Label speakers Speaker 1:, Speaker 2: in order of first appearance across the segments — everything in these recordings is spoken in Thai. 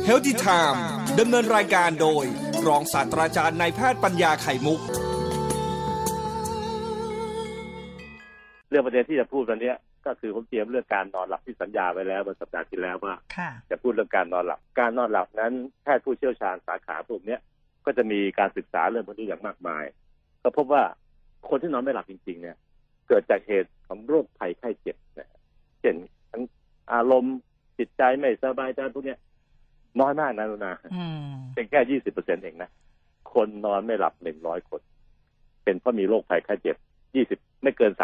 Speaker 1: Healthy Time ดำเนินรายการโดยรองศาสตราจารย์นายแพทย์ปัญญาไข่มุก
Speaker 2: เรื่องประเด็นที่จะพูดวันนี้ก็คือผมเตรียมเรื่องการนอนหลับที่สัญญาไว้แล้วเมื่อสัปดาห์ที่แล้วว่าจะพูดเรื่องการนอนหลับนั้นแพทย์ผู้เชี่ยวชาญสาขาพวกนี้ก็จะมีการศึกษาเรื่องพวกนี้อย่างมากมายก็พบว่าคนที่นอนไม่หลับจริงๆเนี่ยเกิดจากเหตุของโรคภัยไข้เจ็บนะเช่นทั้งอารมณ์จิตใจไม่สบายใจพวกนี้น้อยมากนะเป็นแค่ 20% เองนะคนนอนไม่หลับ100คนเป็นเพราะมีโรคภัยไข้เจ็บ20ไม่เกิน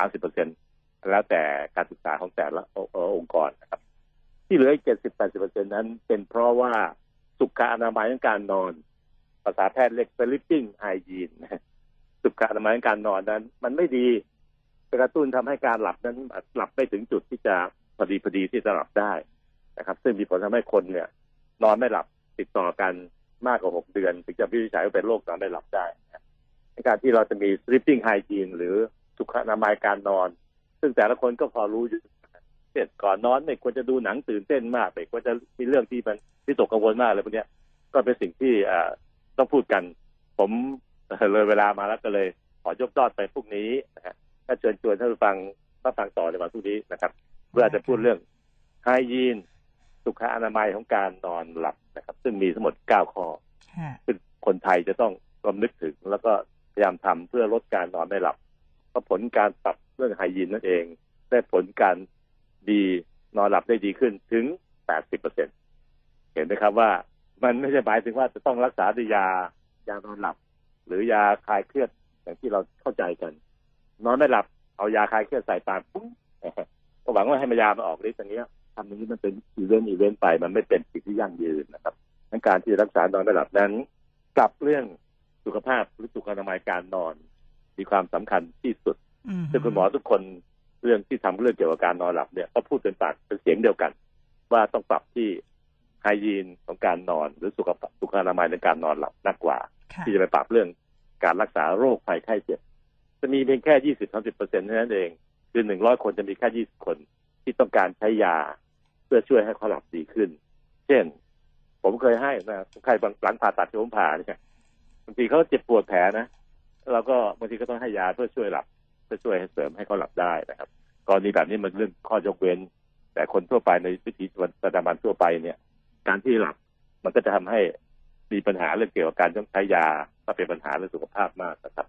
Speaker 2: 30%แล้วแต่การศึกษาของแต่ละองค์กรนะครับที่เหลืออีก 70-80% นั้นเป็นเพราะว่าสุขอนามัยของการนอนภาษาแพทย์เรียก sleeping hygiene สุขอนามัยของการนอนนั้นมันไม่ดีกระตุ้นทำให้การหลับนั้นหลับไม่ถึงจุดที่จะพอดีที่จะหลับได้นะครับซึ่งมีผลทำให้คนเนี่ยนอนไม่หลับติดต่อกันมากกว่า6 เดือนถึงจะวินิจฉัยว่าเป็นโรคนอนไม่หลับได้ในการที่เราจะมี sleeping hygiene หรือสุขอนามัยการนอนซึ่งแต่ละคนก็พอรู้อยู่เช่นก่อนนอนไม่ควรจะดูหนังตื่นเต้นมากไม่ควรจะมีเรื่องที่มันที่ตกกังวลมากอะไรพวกนี้ก็เป็นสิ่งที่ต้องพูดกันผมเลยเวลามาแล้วก็เลยขอยกยอดไปพรุ่งนี้นะฮะก็เชิญชวนท่านผู้ฟังมาฟังต่อในวันพรุ่งนี้นะครับเพื่อจะพูดเรื่องไฮยีนสุขอนามัยของการนอนหลับนะครับซึ่งมีทั้งหมด9 ข้อซึ่งคนไทยจะต้องรำลึกถึงแล้วก็พยายามทำเพื่อลดการนอนไม่หลับเพราะผลการปรับเรื่องไฮยีนนั่นเองได้ผลการดีนอนหลับได้ดีขึ้นถึง 80% เห็นไหมครับว่ามันไม่ใช่หมายถึงว่าจะต้องรักษาด้วยยานอนหลับหรือยาคลายเครียดอย่างที่เราเข้าใจกันนอนไม่หลับเอายาคลายเครียดใส่ปากปุ๊บก็หวังว่าให้ยามาออกฤทธิ์อย่างเงี้ยทำอย่างนี้มันเป็นอีเวนต์ไปมันไม่เป็นสิ่งที่ยั่งยืนนะครับการที่รักษานอนไม่หลับนั้นกลับเรื่องสุขภาพหรือสุขอนามัยการนอนมีความสำคัญที่สุดซึ่งคุณหมอทุกคนเรื่องที่ทำเรื่องเกี่ยวกับการนอนหลับเนี่ยก็พูดเป็นปากเป็นเสียงเดียวกันว่าต้องปรับที่ไฮยีนของการนอนหรือสุขอนามัยในการนอนหลับมากกว่าที่จะไปปรับเรื่องการรักษาโรคภัยไข้เจ็บจะมีเพียงแค่ 20-30% เท่านั้นเองคือ100 คนจะมีแค่20 คนที่ต้องการใช้ยาเพื่อช่วยให้เขาหลับดีขึ้นเช่นผมเคยให้นะใครหลังผ่าตัดที่ผมผ่าเนี่ยบางทีเขาเจ็บปวดแผลนะเราก็บางทีก็ต้องให้ยาเพื่อช่วยหลับเพื่อช่วยให้เสริมให้เขาหลับได้นะครับกรณีแบบนี้มันเรื่องข้อยกเว้นแต่คนทั่วไปในวิถีประจำวันทั่วไปเนี่ยการที่หลับมันก็จะทำให้มีปัญหาเรื่องเกี่ยวกับการต้องใช้ยาก็เป็นปัญหาเรื่องสุขภาพมากนะครับ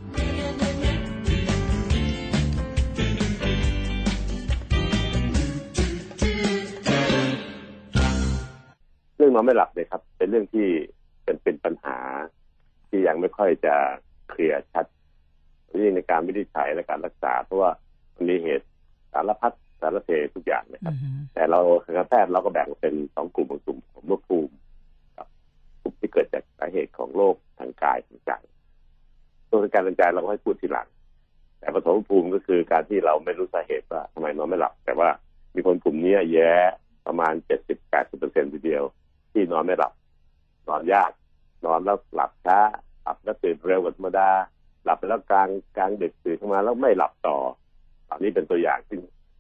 Speaker 2: เรื่องนอนไม่หลับเนี่ยครับเป็นเรื่องที่เป็นปัญหาที่ยังไม่ค่อยจะเคลียร์ชัดในการวินิจฉัยและการรักษาเพราะว่ามันมีเหตุสารพัดสารเพทุกอย่างนะครับแต่เราคณะแพทย์เราก็แบ่งเป็น2 กลุ่มกลุ่มของโรคภูมิกับกลุ่มที่เกิดจากสาเหตุของโรคทางกายทางใจตัวทางกายทางใจเราก็ให้พูดทีหลังแต่ปฐมภูมิก็คือการที่เราไม่รู้สาเหตุว่าทำไมนอนไม่หลับแต่ว่ามีคนกลุ่มนี้แย่ประมาณ 70-80% ทีเดียวที่นอนไม่หลับนอนยากนอนแล้วหลับช้าหลับแล้วตื่นเร็วกว่าธรรมดาหลับไปแล้วกลางดึกตื่นขึ้นมาแล้วไม่หลับต่ออันนี้เป็นตัวอย่างซึ่ง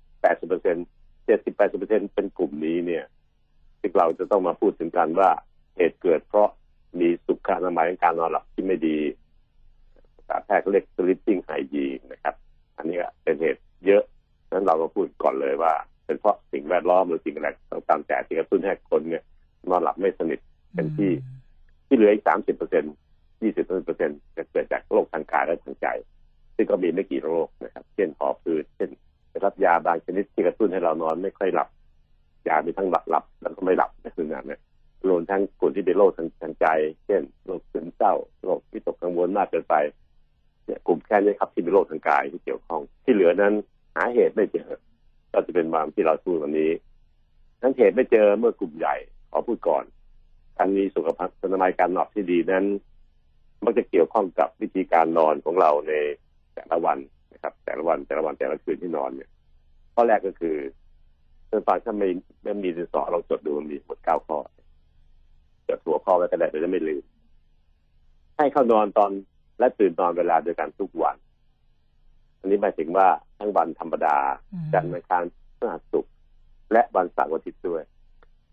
Speaker 2: 80% 70-80% เป็นกลุ่มนี้เนี่ยที่เราจะต้องมาพูดถึงกันว่าเหตุเกิดเพราะมีสุขอนามัยการนอนหลับที่ไม่ดีภาษาแพทย์เรียก sleeping hygiene นะครับอันนี้เป็นเหตุเยอะฉะนั้นเราก็พูดก่อนเลยว่าเป็นเพราะสิ่งแวดล้อมหรือสิ่งอะไรต่างๆที่กระตุ้นให้คนเนี่ยนอนหลับไม่สนิทเป็นที่เหลืออีก 30% 20% จะเกิดจากโรคทางกายและทางใจซึ่งก็มีไม่กี่โรคนะครับเช่นหอบหืดเช่นรับยาบางชนิดที่กระตุ้นให้เรานอนไม่ค่อยหลับยามีทั้งหลับแล้วก็ไม่หลับในคืนนั้นเนี่ยรวมทั้งกลุ่มที่เป็นโรคทางใจเช่นโรคซึมเศร้าโรควิตกกังวลมากเกินไปเนี่ยกลุ่มแค่นี้ครับที่เป็นโรคทางกายที่เกี่ยวข้องที่เหลือนั้นหาเหตุไม่เจอก็จะเป็นความที่เราพูดวันนี้นั้นเหตุไม่เจอเมื่อกลุ่มใหญ่ขอพูดก่อนการมีสุขภาพอนามัยการนอนที่ดีนั้นมักจะเกี่ยวข้องกับวิธีการนอนของเราในแต่ละวันนะครับแต่ละวันแต่ละคืนที่นอนเนี่ยข้อแรกก็คือถ้าไม่มีดินสอเราจดดูมันมีหมด9 ข้อจดหัวข้อไว้ก็ได้แต่จะไม่ลืมให้เข้านอนตอนและตื่นนอนเวลาเดียวกันทุกวันอันนี้หมายถึงว่าทั้งวันธรรมดาจันทร์อังคารพฤหัสศุกร์และวันเสาร์อาทิตย์ด้วย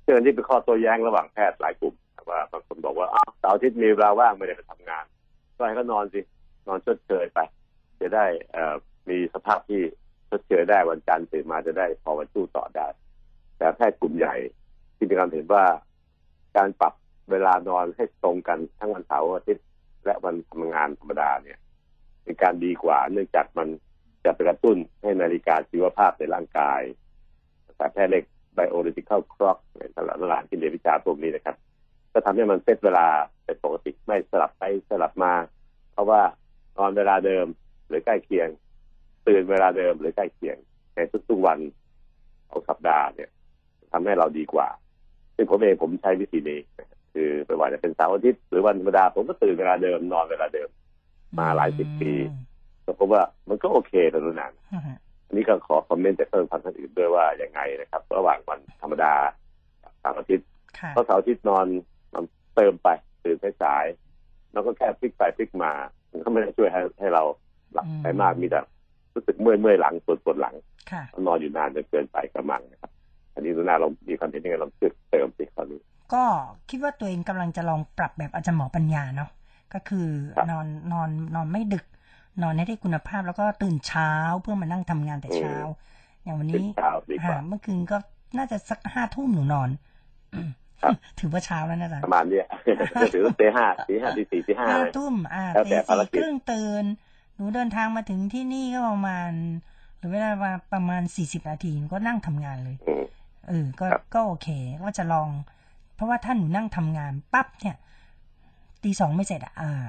Speaker 2: ซึ่งอันนี้เป็นข้อโต้แย้งระหว่างแพทย์หลายกลุ่มว่าบางคนบอกว่าเสาร์อาทิตย์มีเวลาว่างไม่ได้ไปทำงานก็ให้เขานอนสินอนชดเชยไปจะได้มีสภาพที่ชดเชยได้วันจันทร์ตื่นมาจะได้พอวันสู้ต่อได้แต่แพทย์กลุ่มใหญ่ที่มีการเห็นว่าการปรับเวลานอนให้ตรงกันทั้งวันเสาร์อาทิตย์และวันทำงานธรรมดาเนี่ยเป็นการดีกว่าเนื่องจากมันจะไปกระตุ้นให้นาฬิกาชีวภาพในร่างกายแต่แพทย์เรียก biological clock ในตลาดที่เรียนวิชาพวกนี้นะครับก็ทำให้มันเซตเวลาเป็นปกติไม่สลับไปสลับมาเพราะว่านอนเวลาเดิมหรือใกล้เคียงตื่นเวลาเดิมหรือใกล้เคียงในทุกๆวันของสัปดาห์เนี่ยทำให้เราดีกว่าซึ่งผมใช้วิธีนี้คือไม่ว่าจะเป็นเสาร์อาทิตย์หรือวันธรรมดาผมก็ตื่นเวลาเดิมนอนเวลาเดิมมาหลายสิบปีก็พบว่ามันก็โอเคแต่รู้นานอันนี้ก็ขอคอมเมนต์จากท่านอื่นด้วยว่ายังไงนะครับระหว่างวันธรรมดาเสาร์อาทิตย์เพราะเสาร์อาทิตย์นอนเติมไปตื่นสายๆแล้วก็แค่พลิกไปพลิกมามันก็ไม่ได้ช่วยให้เราหลับไปมากมีแต่รู้สึกเมื่อยหลังปวดหลังนอนอยู่นานจนเกินไปกระมังนะครับอันนี้ดูหน้าเรามีความเห็นยังไงเราเติมสิข้อนี้
Speaker 3: ก็คิดว่าตัวเองกำลังจะลองปรับแบบอาจารย์หมอปัญญาเนาะก็คือนอนไม่ดึกนอนให้ได้คุณภาพแล้วก็ตื่นเช้าเพื่อมานั่งทำงานแต่เช้าอย่างวันนี้เมื่อคืนก็น่าจะสัก5 ทุ่มหนูนอนถือว่าเช้าแล้วนะจ๊ะ
Speaker 2: ประมาณนี้ถือว่าตี 5 ตี 4
Speaker 3: 5 ทุ่มตี 4 ครึ่งตื่นหนูเดินทางมาถึงที่นี่ก็ประมาณหรือเวลาประมาณ40 นาทีก็นั่งทำงานเลยก็โอเคว่าจะลองเพราะว่าถ้าหนูนั่งทำงานปั๊บเนี่ยตี 2ไม่เสร็จ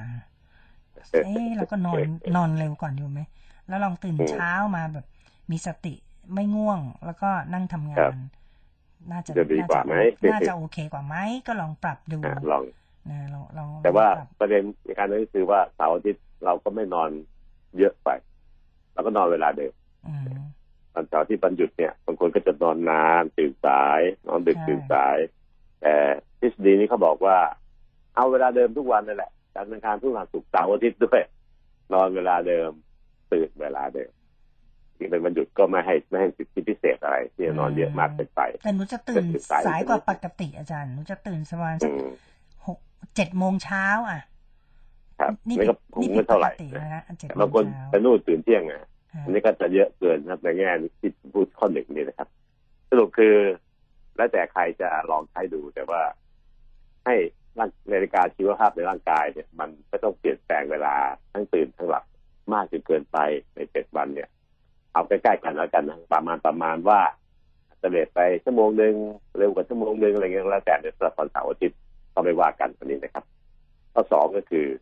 Speaker 3: เราก็นอนเร็วก่อนดีไหมแล้วลองตื่นเช้ามาแบบมีสติไม่ง่วงแล้วก็นั่งทำงานน่าจะ
Speaker 2: ดีกว่าไหม
Speaker 3: น่าจะโอเคกว่าไหมก็ลองปรับดู
Speaker 2: ลองแต่ว่าประเด็นในการนั้นก็คือว่าเสาร์อาทิตย์เราก็ไม่นอนเยอะไปเราก็นอนเวลาเดิมวันเสาร์ที่วันหยุดเนี่ยบางคนก็จะนอนนานตื่นสายนอนดึกตื่นสายแต่ทฤษฎีนี้เขาบอกว่าเอาเวลาเดิมทุกวันนั่นแหละจันทร์อังคารพฤหัสศุกร์เสาร์อาทิตย์ด้วยนอนเวลาเดิมตื่นเวลาเดิมที่เป็นวันหยุดก็ไม่ให้สิทธิพิเศษอะไรที่จะนอนเยอะมากเกินไป
Speaker 3: แต่หนูจะตื่นสายกว่าปกติอาจารย์หนูจะตื่นประมาณ6-7 โมงเช้า
Speaker 2: ครับนี่ก็ไม่เท่าไหร่บางคนไปนู่นตื่นเที่ยงอันนี้ก็จะเยอะเกินครับในแง่ที่พูดข้อหนึ่งนี่นะครับสรุปคือแล้วแต่ใครจะลองใช้ดูแต่ว่าให้นาฬิกาชีวภาพในร่างกายเนี่ยมันไม่ต้องเปลี่ยนแปลงเวลาทั้งตื่นทั้งหลับมากจนเกินไปใน7 วันเนี่ยเอาใกล้ๆกันแล้วกันนะประมาณว่าจะเลทไปชั่วโมงนึงเร็วกว่าชั่วโมงนึงอะไรเงี้ยแล้วแต่ในสำหรับวันเสาร์อาทิตย์ก็ไม่ว่ากันอันนี้นะครับข้อ2ก็คือ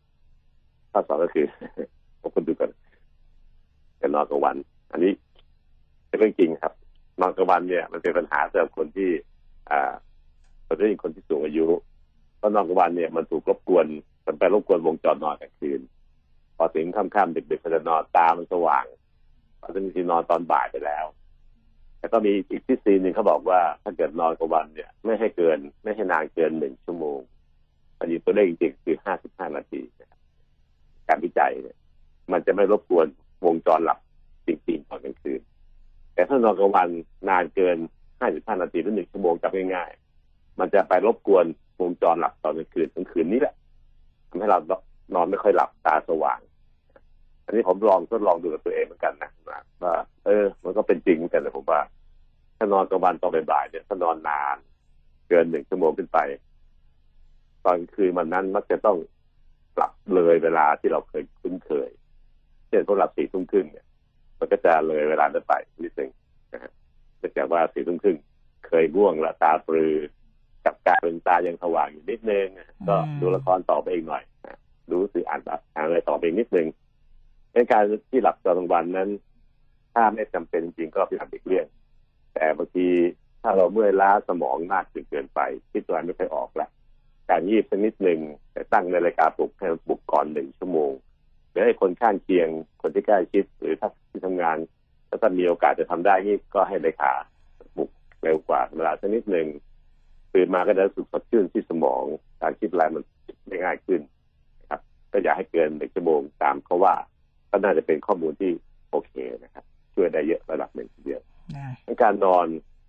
Speaker 2: ผมคุณดูกันการนอนกลางวันอันนี้เป็นเรื่องจริงครับนอนกลางวันเนี่ยมันเป็นปัญหาสำหรับคนที่คนที่สูงอายุเพราะนอนกลางวันเนี่ยมันถูกรบกวนมันไปรบกวนวงจรนอนกลางคืนพอถึงค่ำๆดึกๆก็จะนอนตามันสว่างพอถึงที่นอนตอนบ่ายไปแล้วแต่ก็มีอีกทฤษฎีนึงเขาบอกว่าถ้าเกิดนอนกลางวันเนี่ยไม่ให้นานเกิน1 ชั่วโมงอันนี้ตัวเลขจริงๆคือ55 นาทีการวิจัยเนี่ยมันจะไม่รบกวนวงจรหลับจริงๆตอนกลางคืนแต่ถ้านอนกลางวันนานเกิน55 นาทีหรือ1 ชั่วโมงจับง่ายๆมันจะไปรบกวนวงจรหลับตอนกลางคืนนี้แหละทำให้เรานอนไม่ค่อยหลับตาสว่างอันนี้ผมทดลองดูกับตัวเองเหมือนกันนะว่ามันก็เป็นจริงเหมือนกันเลยผมว่าถ้านอนกลางวันตอนบ่ายเนี่ยถ้านอนนานเกิน1 ชั่วโมงขึ้นไปตอนคืนมันนั้นมักจะต้องหลับเลยเวลาที่เราเคยคุ้นเคยเช่นพอหลับ4 ทุ่มครึ่งเนี่ยมันก็จะเลยเวลานั้นไปนิดนึงนะฮะเนื่องจากว่า4 ทุ่มครึ่งเคยง่วงและตาปรือกับการเป็นตายังสว่างอยู่นิดนึงก็ดูละครต่อไปอีกหน่อยดูสื่ออ่านอะไรต่อไปอีกนิดนึงในการที่หลับตอนกลางวันนั้นถ้าไม่จำเป็นจริงก็พยายามหลีกเลี่ยงแต่บางทีถ้าเราเมื่อยล้าสมองมากจนเกินไปคิดตัวไม่ค่อยออกแล้วการยีบสักนิดนึงแต่ตั้งนาฬิกาปลุกให้ปลุกก่อน1 ชั่วโมงหรือให้คนข้างเคียงคนที่ใกล้ชิดหรือถ้าที่ทำงานถ้ามีโอกาสจะทำได้นี่ก็ให้เลขาปลุกเร็วกว่าเวลาสักนิดนึงตื่นมาก็จะรู้สึกสดชื่นที่สมองการคิดอะไรมันได้ง่ายขึ้นนะครับก็อย่าให้เกิน1 ชั่วโมงตามเขาว่าก็น่าจะเป็นข้อมูลที่โอเคนะครับช่วยได้เยอะระดับหนึ่งทีเดียวการนอน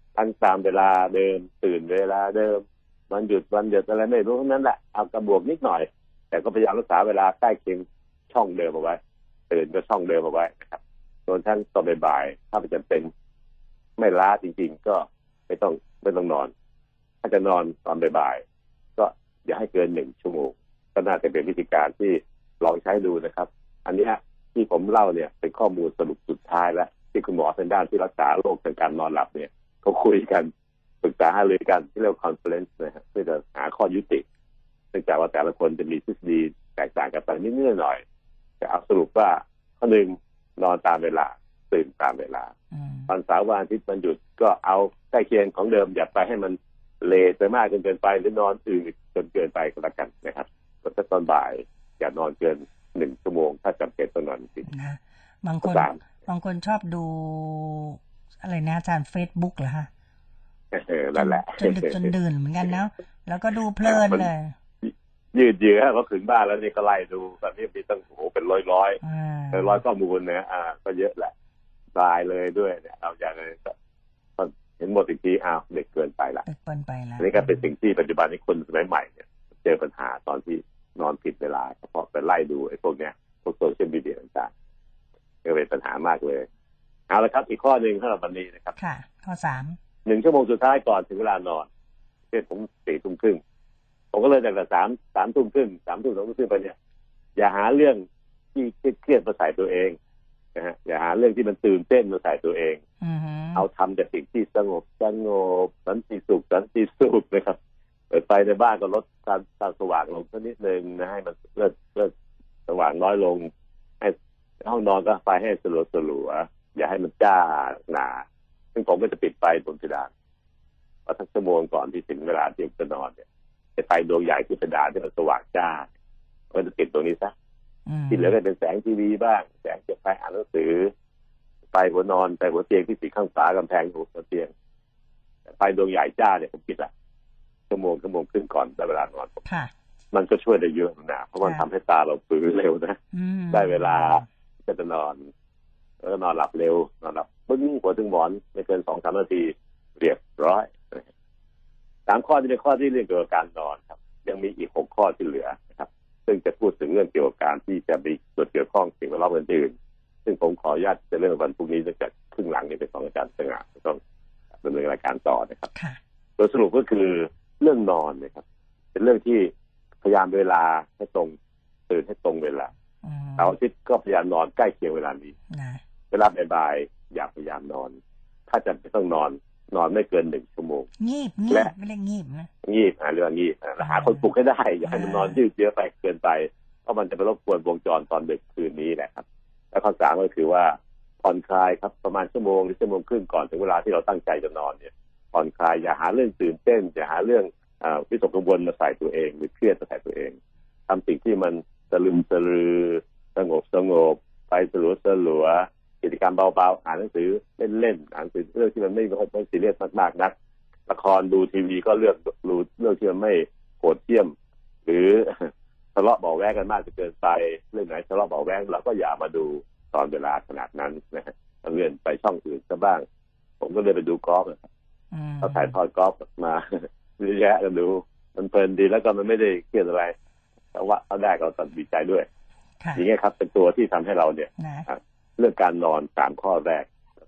Speaker 2: ตั้งตามเวลาเดิมตื่นเวลาเดิมวันหยุดอะไรไม่รู้ทั้งนั้นแหละเอากระบวกนิดหน่อยแต่ก็พยายามรักษาเวลาใกล้เคียงช่องเดิมเอาไว้ตื่นก็ช่องเดิมเอาไว้นะครับส่วนทั้งตอนบ่ายถ้าจำเป็นไม่ล้าจริงๆก็ไม่ต้องนอนถ้าจะนอนตอนบ่ายก็อย่าให้เกิน1 ชั่วโมงก็น่าจะเป็นวิธีการที่ลองใช้ดูนะครับอันนี้ที่ผมเล่าเนี่ยเป็นข้อมูลสรุปสุดท้ายแล้วที่คุณหมอทางด้านที่รักษาโรคทางการนอนหลับเนี่ยเขาคุยกันปรึกษาหารือกันที่เรียกว่าคอนเฟอเรนซ์นะฮะเพื่อจะหาข้อยุติเนื่องจากว่าแต่ละคนจะมีทฤษฎีแตกต่างกันไปนิดหน่อยแต่เอาสรุปว่าข้อหนึ่งนอนตามเวลาตื่นตามเวลาวันเสาร์วันอาทิตย์วันหยุดก็เอาใกล้เคียงของเดิมอย่าไปให้มันเลทไปมากจนเกินไปหรือนอนอื่นจนเกินไปก็แล้วกันนะครับแล้วตอนบ่ายอย่านอนเกิน1 ชั่วโมงถ้าจำเป็นต้องนอนจริง
Speaker 3: นะบางคนชอบดูอะไรนะอาจารย์ Facebook เหรอฮะ
Speaker 2: นั่นแหละ
Speaker 3: จนดึกจนดื่นเหมือนกันนะแล้วก็ดูเพลินเลย
Speaker 2: ยืดเยื้อพอถึงบ้านแล้วนี่ก็ไล่ดูตอนนี้มีตั้งเป็นร้อยข้อมูลเนี่ยก็เยอะแหละตายเลยด้วยเนี่ยเอาอย่างนี้เห็นหมดอีกทีเด็กเกินไปละนี่ก็เป็นสิ่งที่ปัจจุบันนี้คนสมัยใหม่เนี่ยเจอปัญหาตอนที่นอนผิดเวลาเพราะไปไล่ดูไอ้พวกเนี้ยพวกโซเชียลมีเดียต่างๆก็เป็นปัญหามากเลยเอาละครับอีกข้อหนึ่งสำหรับวันนี้นะครับ
Speaker 3: ค่ะข้อ3
Speaker 2: 1 ชั่วโมงสุดท้ายก่อนถึงเวลานอนเช่นผม 4 ทุ่มครึ่งผมก็เลยจาก3 ทุ่มครึ่ง3 ทุ่ม 2 ทุ่มครึ่งไปเนี่ยอย่าหาเรื่องที่เครียดมาใส่ตัวเองนะฮะอย่าหาเรื่องที่มันตื่นเต้นมาใส่ตัวเองเอาทำแต่สิ่งที่สงบสันติสุขนะครับเปิดไฟในบ้านก็ลดการสว่างลงสักนิดนึงนะให้มันเลิกสว่างน้อยลงให้ห้องนอนก็ไฟให้สลัวอย่าให้มันจ้าหนาซึ่งผมก็จะปิดไฟบนเพดานพอสักชั่วโมงก่อนที่ถึงเวลาที่จะนอนเนี่ยไฟดวงใหญ่ที่เพดานที่มันสว่างจ้าก็จะปิดตรงนี้ซะที่เหลือก็เป็นแสงทีวีบ้างแสงจากไฟอ่านหนังสือไฟหัวนอนไฟหัวเตียงที่ติดข้างฝากำแพงหัวเตียงแต่ไฟดวงใหญ่จ้าเนี่ยผมปิดละชั่วโมงครึ่งก่อนเวลานอนมันก็ช่วยได้เยอะนะเพราะมันทำให้ตาเราฟื้นเร็วนะได้เวลาจะนอนแล้วก็นอนหลับเร็วนอนหลับปึ้งหัวถึงหมอนไม่เกิน 2-3 นาทีเรียบร้อย3 ข้อที่เป็นข้อที่เรื่องเกี่ยวกับการนอนครับยังมีอีก6 ข้อที่เหลือนะครับซึ่งจะพูดถึงเรื่องเกี่ยวกับการที่จะมีส่วนเกี่ยวข้องสิ่งแวดล้อมอื่นๆซึ่งผมขออนุญาตจะเรื่องวันพรุ่งนี้จะครึ่งหลังนี้เป็นของอาจารย์สง่าต้องดำเนินรายการต่อนะครับโดยสรุปก็คือเรื่องนอนนะครับเป็นเรื่องที่พยายามเวลาให้ตรงตื่นให้ตรงเวลาเสาร์อาทิตย์ก็พยายามนอนใกล้เคียงเวลานี้เวลาบ่ายๆอย่าพยายามนอนถ้าจะต้องนอนไม่เกิน1 ชั่วโมง
Speaker 3: งีบไม่เรียกงีบนะ
Speaker 2: งีบเรื่องงีบหาคนปลุกให้ได้อย่าให้มันนอนยืดเยื้อไปเกินไปเพราะมันจะไปรบกวนวงจรตอนดึกคืนนี้แหละครับและข้อ3ก็คือว่าผ่อนคลายครับประมาณ1 ชั่วโมงหรือ1 ชั่วโมงครึ่งก่อนถึงเวลาที่เราตั้งใจจะนอนเนี่ยผ่อนคลายอย่าหาเรื่องตื่นเต้นอย่าหาเรื่องวิตกกังวลมาใส่ตัวเองหรือเครียดมาใส่ตัวเองทำสิ่งที่มันสงบไปสลัวกิจกรรมเบาๆอ่านหนังสือเล่นอ่านหนังสือเรื่องที่มันไม่ซีเรียสมากๆนักละครดูทีวีก็เลือกดูเรื่องที่มันไม่โหดเหี้ยมหรือทะเลาะเบาแว้งกันมากจนเกินไปเรื่องไหนทะเลาะเบาแว้งเราก็อย่ามาดูตอนเวลาขนาดนั้นนะฮะเลื่อนไปช่องอื่นซะบ้างผมก็เลยไปดูกอล์ฟเขาถ่ายทอดกอล์ฟมาเยอะแยะกันดูมันเพลินดีแล้วก็มันไม่ได้เครียดอะไรแต่ว่าเขาได้ก็ตัดดีใจด้วยอย่างนี้ครับเป็นตัวที่ทำให้เราเนี่ยเรื่องการนอน3 ข้อแรก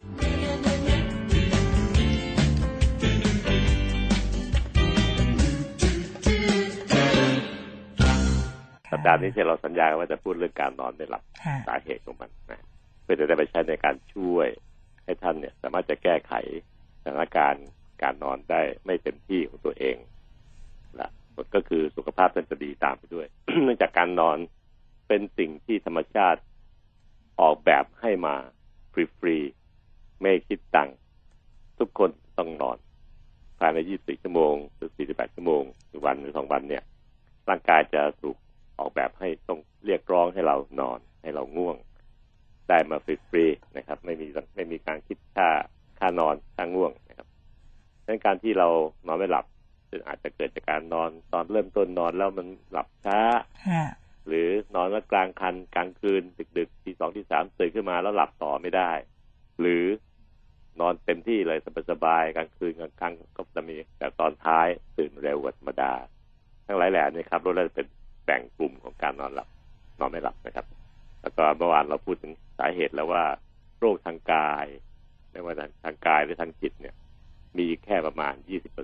Speaker 2: สัปดาห์นี้ที่เราสัญญาว่าจะพูดเรื่องการนอนไม่หลับสาเหตุของมันนะเพื่อจะได้ไปใช้ในการช่วยให้ท่านเนี่ยสามารถจะแก้ไขสถานการณ์การนอนได้ไม่เต็มที่ของตัวเองและก็คือสุขภาพท่านจะดีตามไปด้วย เนื่องจากการนอนเป็นสิ่งที่ธรรมชาติออกแบบให้มาฟรีๆไม่คิดตังค์ทุกคนต้องนอนภายใน24 ชั่วโมงหรือ48 ชั่วโมงหรือวันหรือ2 วันเนี่ยร่างกายจะถูกออกแบบให้ต้องเรียกร้องให้เรานอนให้เราง่วงได้มาฟรีๆนะครับไม่มีการคิดค่านอนค่าง่วงนะครับดังนั้นการที่เรานอนไม่หลับซึ่งอาจจะเกิดจากการนอนตอนเริ่มต้นนอนแล้วมันหลับช้าหรือนอนกลางคืนดึกๆตี 2 ตี 3ตื่นขึ้นมาแล้วหลับต่อไม่ได้หรือนอนเต็มที่เลยสบายๆกลางคืนกลางค่ำก็จะมีแต่ตอนท้ายตื่นเร็วกว่าธรรมดาทั้งหลายแหล่นี่ครับเราจะเป็นแบ่งกลุ่มของการนอนหลับนอนไม่หลับนะครับแล้วก็เมื่อวานเราพูดถึงสาเหตุแล้วว่าโรคทางกายไม่ว่าทางกายหรือทางจิตเนี่ยมีแค่ประมาณ 20%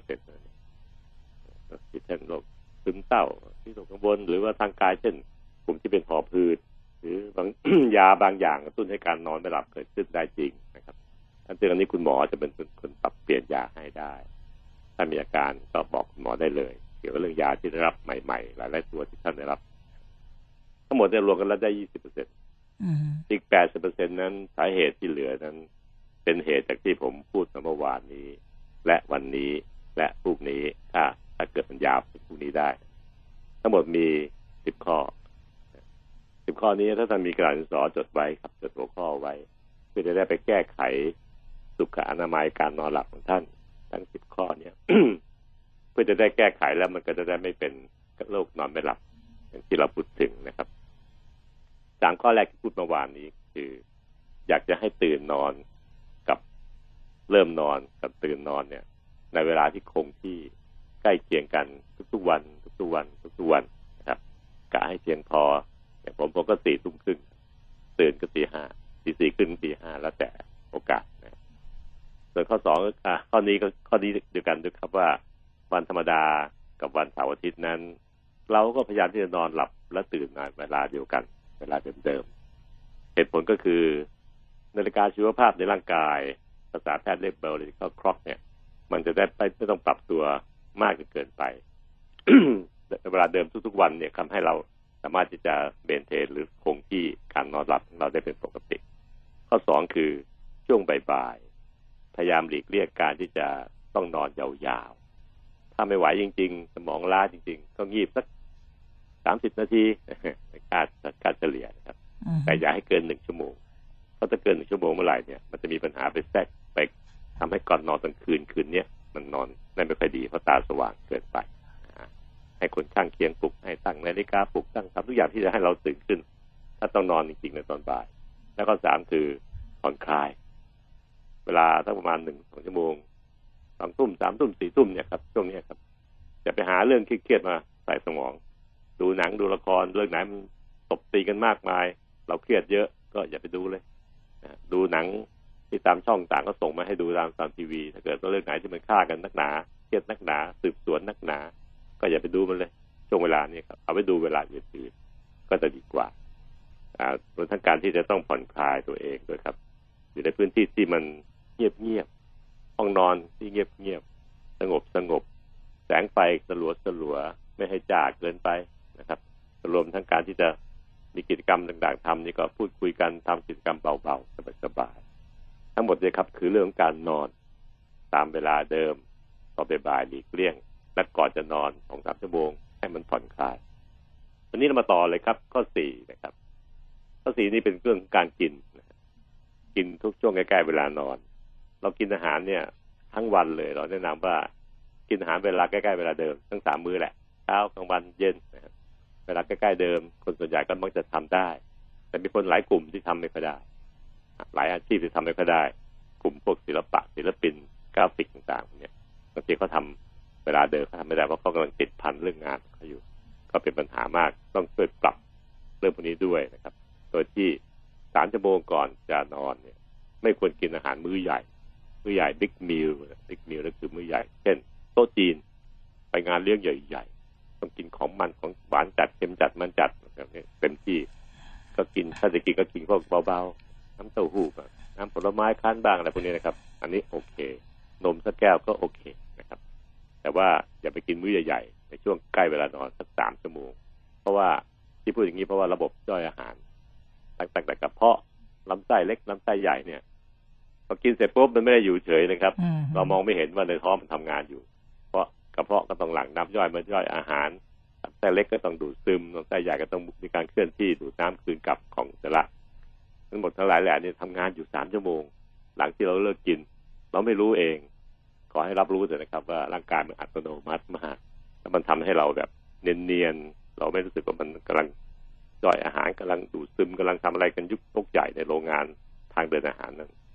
Speaker 2: ที่เช่นโรคซึมเศร้าที่โรคกังวลหรือว่าทางกายเช่นกลุ่มที่เป็นหอบหืดหรือบาง ยาบางอย่างกระตุ้นให้การนอนไม่หลับเกิดขึ้นได้จริงนะครับอันนี้คุณหมอจะเป็นคนปรับเปลี่ยนยาให้ได้ถ้ามีอาการก็บอกคุณหมอได้เลยเกี่ยวกับเรื่องยาที่ได้รับใหม่ๆหลายๆตัวที่ท่านได้รับทั้งหมดรวมกันแล้วได้ 20%อีก 80% นั้นสาเหตุที่เหลือนั้นเป็นเหตุจากที่ผมพูดเมื่อวานนี้และวันนี้และพรุ่งนี้ถ้าเกิดมันยาวถึงพรุ่งนี้ได้ทั้งหมดมี10 ข้อ10 ข้อนี้ถ้าท่านมีกระดาษดินสอจดไว้ครับจดหัวข้อไว้เพื่อจะได้ไปแก้ไขสุขอนามัยการนอนหลับของท่านทั้ง10 ข้อนี้ เพื่อจะได้แก้ไขแล้วมันก็จะได้ไม่เป็นโรคนอนไม่หลับอย่างที่เราพูดถึงนะครับ3 ข้อแรกที่พูดเมื่อวานนี้คืออยากจะให้ตื่นนอนกับเริ่มนอนกับตื่นนอนเนี่ยในเวลาที่คงที่ใกล้เคียงกันทุกๆวันนะครับกะให้เพียงพออย่างผมก็4 ทุ่มครึ่งตื่นก็ตี 5 ตี 4 ครึ่งตี 5แล้วแต่โอกาสนะส่วนข้อ2ข้อนี้เดียวกันด้วยครับว่าวันธรรมดากับวันเสาร์อาทิตย์นั้นเราก็พยายามที่จะนอนหลับและตื่นในเวลาเดียวกันเวลาเดิมๆเหตุผลก็คือนาฬิกาชีวภาพในร่างกายภาษาแพทย์เรียก biological clock เนี่ยมันจะได้ไม่ต้องปรับตัวมากจนเกินไป เวลาเดิมทุกๆวันเนี่ยทำให้เราสามารถที่จะเมนเทนหรือคงที่การนอนหลับของเราได้เป็นปกติข้อ2คือช่วงบ่ายๆพยายามหลีกเลี่ยงการที่จะต้องนอนยาวๆถ้าไม่ไหวจริงๆสมองล้าจริงๆก็งีบสัก30 นาทีการเฉลี่ยนะครับแต่อย่าให้เกิน1 ชั่วโมงเพราะถ้าเกิน1 ชั่วโมงเมื่อไหร่เนี่ยมันจะมีปัญหาไปแทรกไปทำให้ก่อนนอนตอนคืนเนี้ยมันนอนได้ไม่ค่อยดีเพราะตาสว่างเกินไปให้คนข้างเคียงปลุกให้ตั้งนาฬิกาปลุกตั้งทำทุกอย่างที่จะให้เราตื่นขึ้นถ้าต้องนอนจริงๆในตอนบ่ายแล้วก็3คือผ่อนคลายเวลาสักประมาณ 1-2 ชั่วโมง 2 ทุ่ม 3 ทุ่ม 4 ทุ่มเนี่ยครับช่วงนี้ครับจะไปหาเรื่องเครียดๆมาใส่สมองดูหนังดูละครเรื่องไหนมันตบตีกันมากมายเราเครียดเยอะก็อย่าไปดูเลยดูหนังที่ตามช่องต่างก็ส่งมาให้ดูตามทีวีถ้าเกิดว่าเรื่องไหนที่มันฆ่ากันนักหนาเครียดนักหนาสืบสวนนักหนาก็อย่าไปดูมันเลยช่วงเวลานี้ครับเอาไปดูเวลาอื่นๆก็จะดีกว่ารวมทั้งการที่จะต้องผ่อนคลายตัวเองด้วยครับอยู่ในพื้นที่ที่มันเงียบห้องนอนที่เงียบสงบแสงไฟสลัวไม่ให้จ้าเกินไปนะครับรวมทั้งการที่จะมีกิจกรรมต่างๆทำนี่ก็พูดคุยกันทำกิจกรรมเบาๆสบายๆทั้งหมดเลยครับคือเรื่องการนอนตามเวลาเดิมตอนบ่ายหลีกเลี่ยงและก่อนจะนอน 2-3 ชั่วโมงให้มันผ่อนคลายวันนี้เรามาต่อเลยครับข้อ4นะครับข้อ4นี่เป็นเรื่องการกินทุกช่วงใกล้ๆเวลานอนเรากินอาหารเนี่ยทั้งวันเลยเราแนะนำว่ากินอาหารเวลาใกล้ๆเวลาเดิมทั้ง3 มื้อแหละเช้ากลางวันเย็นนะครับเวลาใกล้ๆเดิมคนส่วนใหญ่ก็มักจะทำได้แต่มีคนหลายกลุ่มที่ทำไม่ค่อยได้หลายอาชีพที่ทำไม่ค่อยได้กลุ่มพวกศิลปินกราฟิกต่างๆเนี่ยบางทีเขาทำเวลาเดิมเขาทำไม่ได้เพราะเขากำลังติดพันเรื่องงานเขาอยู่ก็เป็นปัญหามากต้องช่วยปรับเรื่องพวกนี้ด้วยนะครับโดยที่3 ชั่วโมงก่อนจะนอนเนี่ยไม่ควรกินอาหารมื้อใหญ่บิ๊กมิลนั่นคือมื้อใหญ่เช่นโต๊ะจีนไปงานเลี้ยงใหญ่ๆต้องกินของมันของหวานจัดเค็มจัดมันจัดแบบนี้เต็มที่ก็กินถ้าจะกินก็กินพวกเบาๆน้ำเต้าหู้น้ำผลไม้คั้นบ้างอะไรพวกนี้นะครับอันนี้โอเคนมสักแก้วก็โอเคนะครับแต่ว่าอย่าไปกินมื้อใหญ่ๆในช่วงใกล้เวลานอนสัก3 ชั่วโมงเพราะว่าที่พูดอย่างนี้เพราะว่าระบบย่อยอาหารตั้งแต่กระเพาะลำไส้เล็กลำไส้ใหญ่เนี่ยพอกินเสร็จปุ๊บมันไม่ได้อยู่เฉยนะครับเรามองไม่เห็นว่าในท้องมันทำงานอยู่เพราะกระเพาะก็ต้องหลั่งน้ำย่อยมาย่อยอาหารลำไส้เล็กก็ต้องดูดซึมลำไส้ใหญ่ก็ต้องมีการเคลื่อนที่ดูดน้ำคืนกลับของอุจจาระทั้งหมดทั้งหลายแหล่นี่ทำงานอยู่3 ชั่วโมงหลังที่เราเลิกกินเราไม่รู้เองขอให้รับรู้เถอะนะครับว่าร่างกายมันอัตโนมัติมากแล้วมันทำให้เราแบบเนียนๆเราไม่รู้สึกว่ามันกำลังย่อยอาหารกำลังดูดซึมกำลังทำอะไรกันยุกใหญ่ในโรงงานทางเดินอาหารนั้น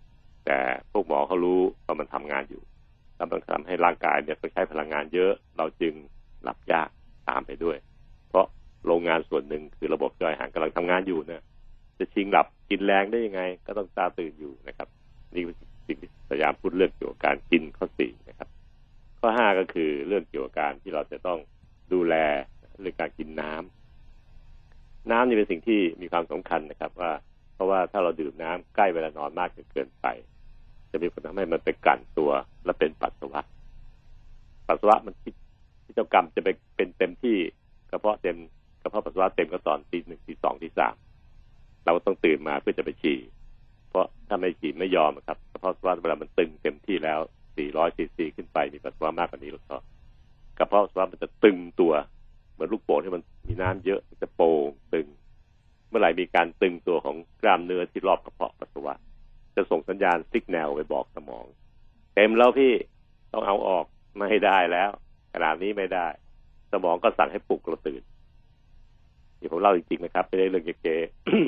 Speaker 2: แต่พวกหมอเขารู้ว่ามันทำงานอยู่แล้วมันทำให้ร่างกายเนี่ยต้องใช้พลังงานเยอะเราจึงหลับยากตามไปด้วยเพราะโรงงานส่วนหนึ่งคือระบบย่อยอาหารกำลังทำงานอยู่เนี่ยจะชิงหลับกินแรงได้ยังไงก็ต้องตาตื่นอยู่นะครับนี่คือสิ่งที่พยายามพูดเรื่องเกี่ยวกับการกินข้อ4นะครับข้อ5ก็คือเรื่องเกี่ยวกับการที่เราจะต้องดูแลเรื่องการกินน้ำนี่เป็นสิ่งที่มีความสำคัญนะครับว่าเพราะว่าถ้าเราดื่มน้ำใกล้เวลานอนมากจนเกินไปจะมีผลทำให้มันไปกลั่นตัวและเป็นปัสสาวะมันที่เจ้ากรรมจะไปเป็นเต็มที่กระเพาะปัสสาวะเต็มก็ตอนตี 1 ตี 2 ตี 3เราต้องตื่นมาเพื่อจะไปฉี่เพราะถ้าไม่ฉี่ไม่ยอมครับกระเพาะปัสสาวะเวลามันตึงเต็มที่แล้ว400 ซีซีขึ้นไปมีปัสสาวะมากกว่านี้แล้วก็กระเพาะปัสสาวะมันจะตึงตัวเหมือนลูกโป่งที่มันมีน้ำเยอะมันจะโป่งตึงเมื่อไหร่มีการตึงตัวของกล้ามเนื้อที่รอบกระเพาะปัสสาวะจะส่งสัญญาณซิกแนลไปบอกสมองเต็มแล้วพี่ต้องเอาออกไม่ได้แล้วขนาดนี้ไม่ได้สมองก็สั่งให้ปลุกเราตื่นที่ผมเล่าจริงๆนะครับไม่ได้เรื่องเก๋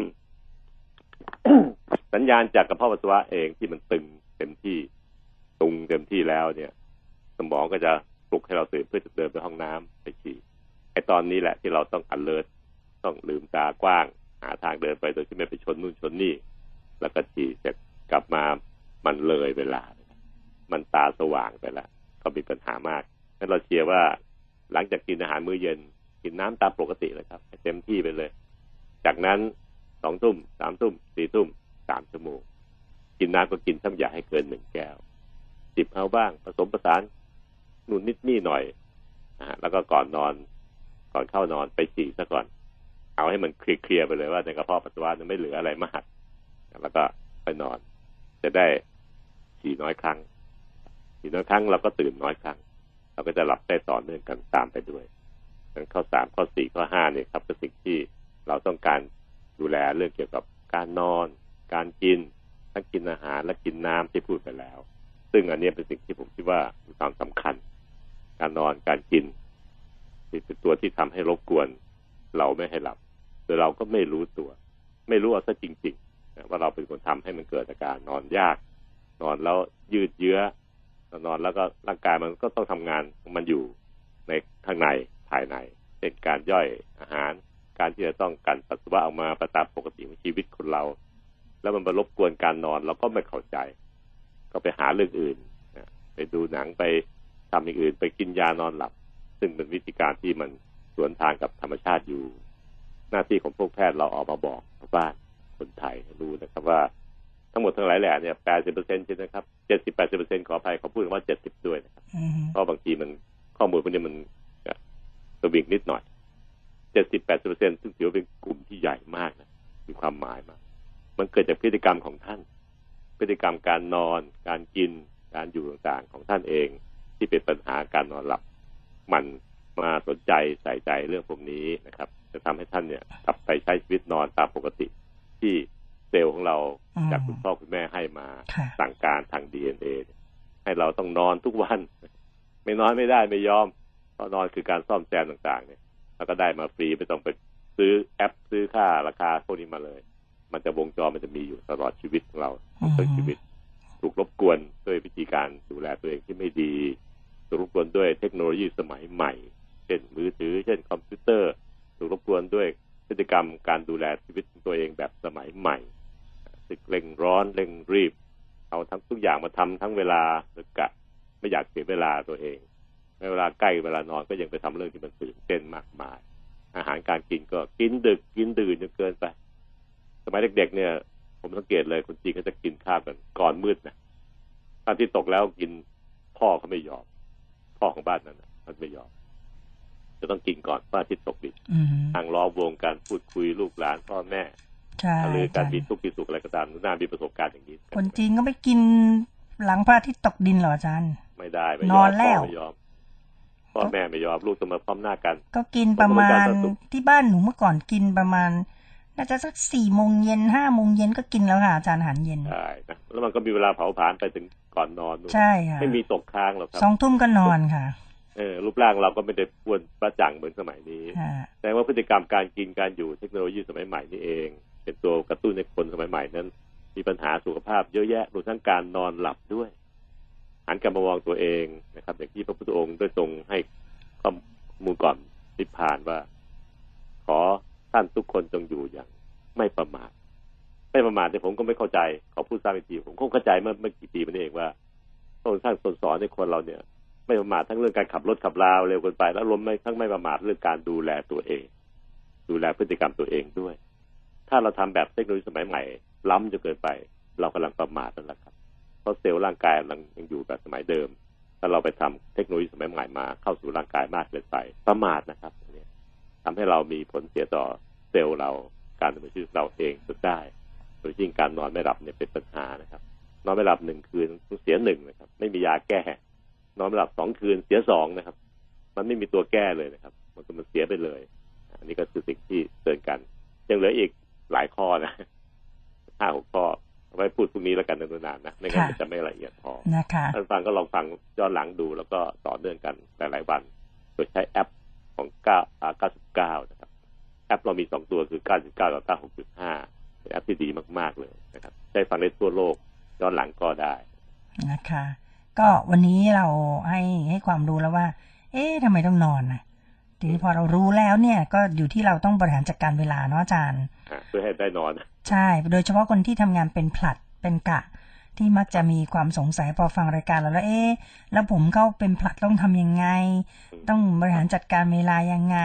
Speaker 2: ๆ สัญญาณจากกระเพาะปัสสาวะเองที่มันตึงเต็มที่ตุงเต็มที่แล้วเนี่ยสมองก็จะปลุกให้เราตื่นเพื่อจะเดินไปห้องน้ำไปฉี่ไอ้ตอนนี้แหละที่เราต้อง alert ต้องลืมตากว้างหาทางเดินไปโดยที่ไม่ไปชนนู่นชนนี่แล้วก็ฉี่จะกลับมามันเลยเวลามันตาสว่างไปแล้วก็มีปัญหามากงั้นเราเชียร์ว่าหลังจากกินอาหารมื้อเย็นกินน้ำตามปกติเลยครับเต็มที่ไปเลยจากนั้น2 ทุ่ม3 ทุ่ม4 ทุ่ม3 ชั่วโมงกินน้ำก็กินซ้ำอย่าให้เกิน1 แก้วจิบเอาบ้างผสมผสานนู่นนิดนี่หน่อยแล้วก็ก่อนเข้านอนไปฉี่ซะก่อนเอาให้มันเคลียร์ไปเลยว่าในกระเพาะปัสสาวะไม่เหลืออะไรมากแล้วก็ไปนอนจะได้ฉี่น้อยครั้งเราก็ตื่นน้อยครั้งเราก็จะหลับได้ต่อเนื่องกันตามไปด้วยข้อ3ข้อ4ข้อ5เนี่ยครับเป็นสิ่งที่เราต้องการดูแลเรื่องเกี่ยวกับการนอนการกินทั้งกินอาหารและกินน้ำที่พูดไปแล้วซึ่งอันนี้เป็นสิ่งที่ผมคิดว่ามีความสำคัญการนอนการกินเป็นตัวที่ทำให้รบกวนเราไม่ให้หลับโดยเราก็ไม่รู้ตัวไม่รู้เอาซะจริงๆว่าเราเป็นคนทำให้มันเกิดอาการนอนยากนอนแล้วยืดเยื้อนอนแล้วก็ร่างกายมันก็ต้องทำงานของมันอยู่ในข้างในภายในเช่นการย่อยอาหารการที่จะต้องกันปัสสาวะออกมาตามปกติของชีวิตคนเราแล้วมันมารบกวนการนอนเราก็ไม่เข้าใจก็ไปหาเรื่องอื่นไปดูหนังไปทำอย่างอื่นไปกินยานอนหลับซึ่งเป็นวิธีการที่มันสวนทางกับธรรมชาติอยู่หน้าที่ของพวกแพทย์เราออกมาบอกชาวบ้านคนไทยรู้นะครับว่าทั้งหมดทั้งหลายแหล่เนี่ย 80% ใช่ไหมครับ 70-80% ขออภัยเขาพูดว่า70ด้วยนะครับเพราะบางทีมันข้อมูลพวกนี้มันสวิงนิดหน่อย 70-80% ซึ่งถือว่าเป็นกลุ่มที่ใหญ่มากนะมีความหมายมากมันเกิดจากพฤติกรรมของท่านพฤติกรรมการนอนการกินการอยู่ต่างๆของท่านเองที่เป็นปัญหาการนอนหลับมันมาสนใจใส่ใจเรื่องพวกนี้นะครับจะทำให้ท่านเนี่ยกลับไปใช้ชีวิตนอนตามปกติที่เซลล์ของเราจากคุณพ่อคุณแม่ให้มาสั่งการทาง DNA ให้เราต้องนอนทุกวันไม่นอนไม่ได้ไม่ยอมเพราะนอนคือการซ่อมแซมต่างๆเนี่ยแล้วก็ได้มาฟรีไม่ต้องไปซื้อแอปซื้อค่าราคาพวกนี้มาเลยมันจะวงจรมันจะมีอยู่ตลอดชีวิตของเราทั้งชีวิตถูกรบกวนด้วยวิธีการดูแลตัวเองที่ไม่ดีถูกรบกวนด้วยเทคโนโลยีสมัยใหม่เช่นมือถือเช่นคอมพิวเตอร์ถูกรบกวนด้วยพฤติกรรมการดูแลชีวิตของตัวเองแบบสมัยใหม่สึกเร่งร้อนเร่งรีบเอาทั้งทุกอย่างมาทำทั้งเวลาแล้วก็ไม่อยากเสียเวลาตัวเองเวลาใกล้เวลานอนก็ยังไปทำเรื่องที่มันตื่นเต้นมากมายอาหารการกินก็กินดึกกินดื่นจนเกินไปสมัยเด็กๆเนี่ยผมสังเกตเลยคนจีนเขาจะกินข้าวกันก่อนมืดนะตอนที่ตกแล้วกินพ่อเขาไม่ยอมพ่อของบ้านนั้นนะมันไม่ยอมจะต้องกินก่อนพระอาทิตย์ตกดินนั่งล้อมวงกันพูดคุยลูกหลานพ่อแม่หรือการมีทุกข์มีสุขอะไรก็ตามน่ามีประสบการณ์อย่างนี้
Speaker 3: คนจีนก็ไม่กินหลังพระอาทิตย์ตกดินหรออาจารย์
Speaker 2: ไม่ได้นอนแล้วพ่อแม่ไม่ยอมลูกต้องมาพร้อมหน้ากัน
Speaker 3: ก็กินประมาณที่บ้านหนูเมื่อก่อนกินประมาณน่าจะสัก 4:00 น 5:00 นก็กินแล้วค่ะอาจารย์อาหารเย็น
Speaker 2: ใช่นะแล้วมันก็มีเวลาเผาผลาญไปถึงก่อนนอน
Speaker 3: ใช่ค่ะ
Speaker 2: ไม่มีตกค้างหรอกครับ
Speaker 3: 20:00 นก็นอนค่ะ
Speaker 2: รูปร่างเราก็ไม่ได้อ้วนประจังเหมือนสมัยนี้แต่ว่าพฤติกรรมการกินการอยู่เทคโนโลยีสมัยใหม่นี่เองเป็นตัวกระตุ้นในคนสมัยใหม่นั้นมีปัญหาสุขภาพเยอะแยะรวมทั้งการนอนหลับด้วยหันกลับมามองตัวเองนะครับอย่างที่พระพุทธองค์ได้ทรงให้ข้อมูลก่อนนิพพานว่าขอท่านทุกคนจงอยู่อย่างไม่ประมาทไม่ประมาทเนี่ยผมก็ไม่เข้าใจขอพูดซ้ำอีกทีผมคงเข้าใจเมื่อกี่ปีมานี้เองว่าพระองค์ท่านสอนให้คนเราเนี่ยไม่ประมาททั้งเรื่องการขับรถขับราเร็วเกินไปแล้วรวมทั้งไม่ประมาทเรื่องการดูแลตัวเองดูแลพฤติกรรมตัวเองด้วยถ้าเราทำแบบเทคโนโลยีสมัยใหม่ล้ำจนเกินไปเรากำลังประมาทนั่นแหละครับเพราะเซลล์ร่างกายยังอยู่แบบสมัยเดิมถ้าเราไปทำเทคโนโลยีสมัยใหม่มาเข้าสู่ร่างกายมากเกินไปประมาทนะครับเนี่ยทำให้เรามีผลเสียต่อเซลล์เราการดำเนินชีวิตเราเองสุดได้โดยยิ่งการนอนไม่หลับเนี่ยเป็นปัญหานะครับนอนไม่หลับ1 คืนเสีย1นะครับไม่มียาแก้นอนไม่หลับ2 คืนเสีย2นะครับมันไม่มีตัวแก้เลยนะครับมันเสียไปเลยอันนี้ก็คือสิ่งที่เตือนกันยังเหลืออีกหลายข้อนะ5-6 ข้อไว้พูดพรุ่งนี้แล้วกันนานๆนะไม่งั้นมันจะไม่ละเอียดพอนะคะท่านฟังก็ลองฟังย้อนหลังดูแล้วก็ต่อเนื่องกันหลายๆวันโดยใช้แอปของ99นะครับแอปเรามี2ตัวคือ99กับ96.5เป็นแอปที่ดีมากๆเลยนะครับได้ฟังได้ทั่วโลกย้อนหลังก็ได้
Speaker 3: นะคะก็วันนี้เราให้ความรู้แล้วว่าทำไมต้องนอนนะทีนี้พอเรารู้แล้วเนี่ยก็อยู่ที่เราต้องบริหารจัดการเวลาเนาะอาจารย์
Speaker 2: เพื่อให้ได้นอน
Speaker 3: ใช่โดยเฉพาะคนที่ทำงานเป็นผลัดเป็นกะที่มักจะมีความสงสัยพอฟังรายการเราแล้วแล้วผมเข้าเป็นผลัดต้องทำยังไงต้องบริหารจัดการเวลายังไง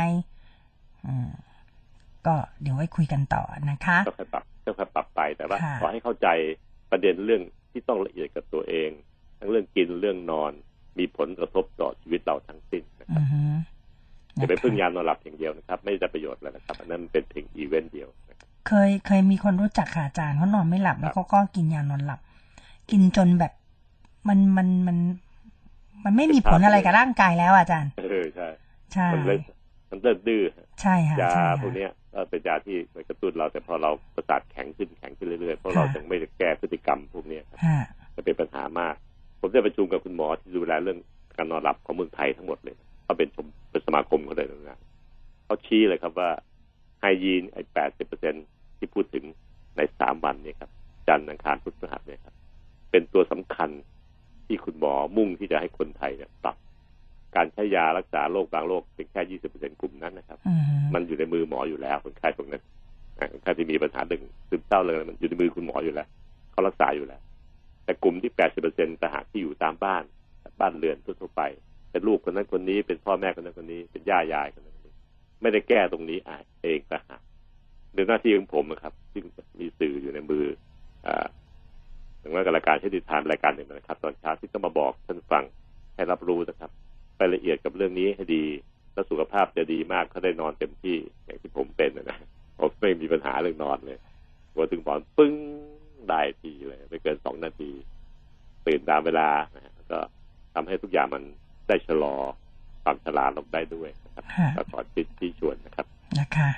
Speaker 3: ก็เดี๋ยวไว้คุยกันต่อนะคะ
Speaker 2: ก็ค่อยปรับไปแต่ว่าขอให้เข้าใจประเด็นเรื่องที่ต้องละเอียดกับตัวเองทั้งเรื่องกินเรื่องนอนมีผลกระทบต่อชีวิตเราทั้งสิ้นนะครับจะไปพึ่งยานอนหลับอย่างเดียวนะครับไม่ได้ประโยชน์แล้วนะครับอันนั้นเป็นเพียงอีเวนต์เดียวนะครับ
Speaker 3: เคยมีคนรู้จักค่ะอาจารย์เขานอนไม่หลับแล้วเขาก็กินยานอนหลับกินจนแบบมันไม่มีผลอะไรกับร่างกายแล้วอาจารย์
Speaker 2: ใช่มันเริ่มดื้อ
Speaker 3: ใช่ค่ะ
Speaker 2: ยาพวกนี้เป็นยาที่มันกระตุ้นเราแต่พอเราประสาทแข็งขึ้นเรื่อยๆเพราะเรายังไม่ได้แก้พฤติกรรมพวกนี้จะเป็นปัญหามากผมได้ประชุมกับคุณหมอที่ดูแลเรื่องการนอนหลับของเมืองไทยทั้งหมดเลยเขาเป็นสมาคมเขาเลยนะเขาชี้เลยครับว่าไฮยีน80% ที่พูดถึงใน3 วันเนี่ยครับจันทร์อังคารพุธพฤหัสเนี่ยครับเป็นตัวสำคัญที่คุณหมอมุ่งที่จะให้คนไทยเนี่ยปรับการใช้ยารักษาโรคบางโรคเป็นแค่ 20% กลุ่มนั้นนะครับมันอยู่ในมือหมออยู่แล้วคนไข้ตรงนั้นคนไข้ที่มีปัญหาเรื่องซึมเศร้าเลยมันอยู่ในมือคุณหมออยู่แล้วเขารักษาอยู่แล้วแต่กลุ่มที่ 80% แต่หากที่อยู่ตามบ้านเรือนทั่วไปเป็นลูกคนนั้นคนนี้เป็นพ่อแม่คนนั้นคนนี้เป็นย่ายายคนนั้นคนนี้ไม่ได้แก้ตรงนี้เองแต่หากเป็นหน้าที่ของผมนะครับที่มีสื่ออยู่ในมือถึงแม้กับรายการเช่นทานรายการหนึ่งนะครับตอนเช้าที่ต้องมาบอกท่านฟังให้รับรู้นะครับไปละเอียดกับเรื่องนี้ให้ดีแล้วสุขภาพจะดีมากเขาได้นอนเต็มที่อย่างที่ผมเป็นนะผมไม่มีปัญหาเรื่องนอนเลยพอถึงนอนปึ้งได้ทีเลยไม่เกิน2 นาทีตื่นตามเวลานะก็ทำให้ทุกอย่างมันได้ชะลอความชราลงได้ด้วยนะครับก็ขอที่ชวนนะครับ
Speaker 3: นะคะ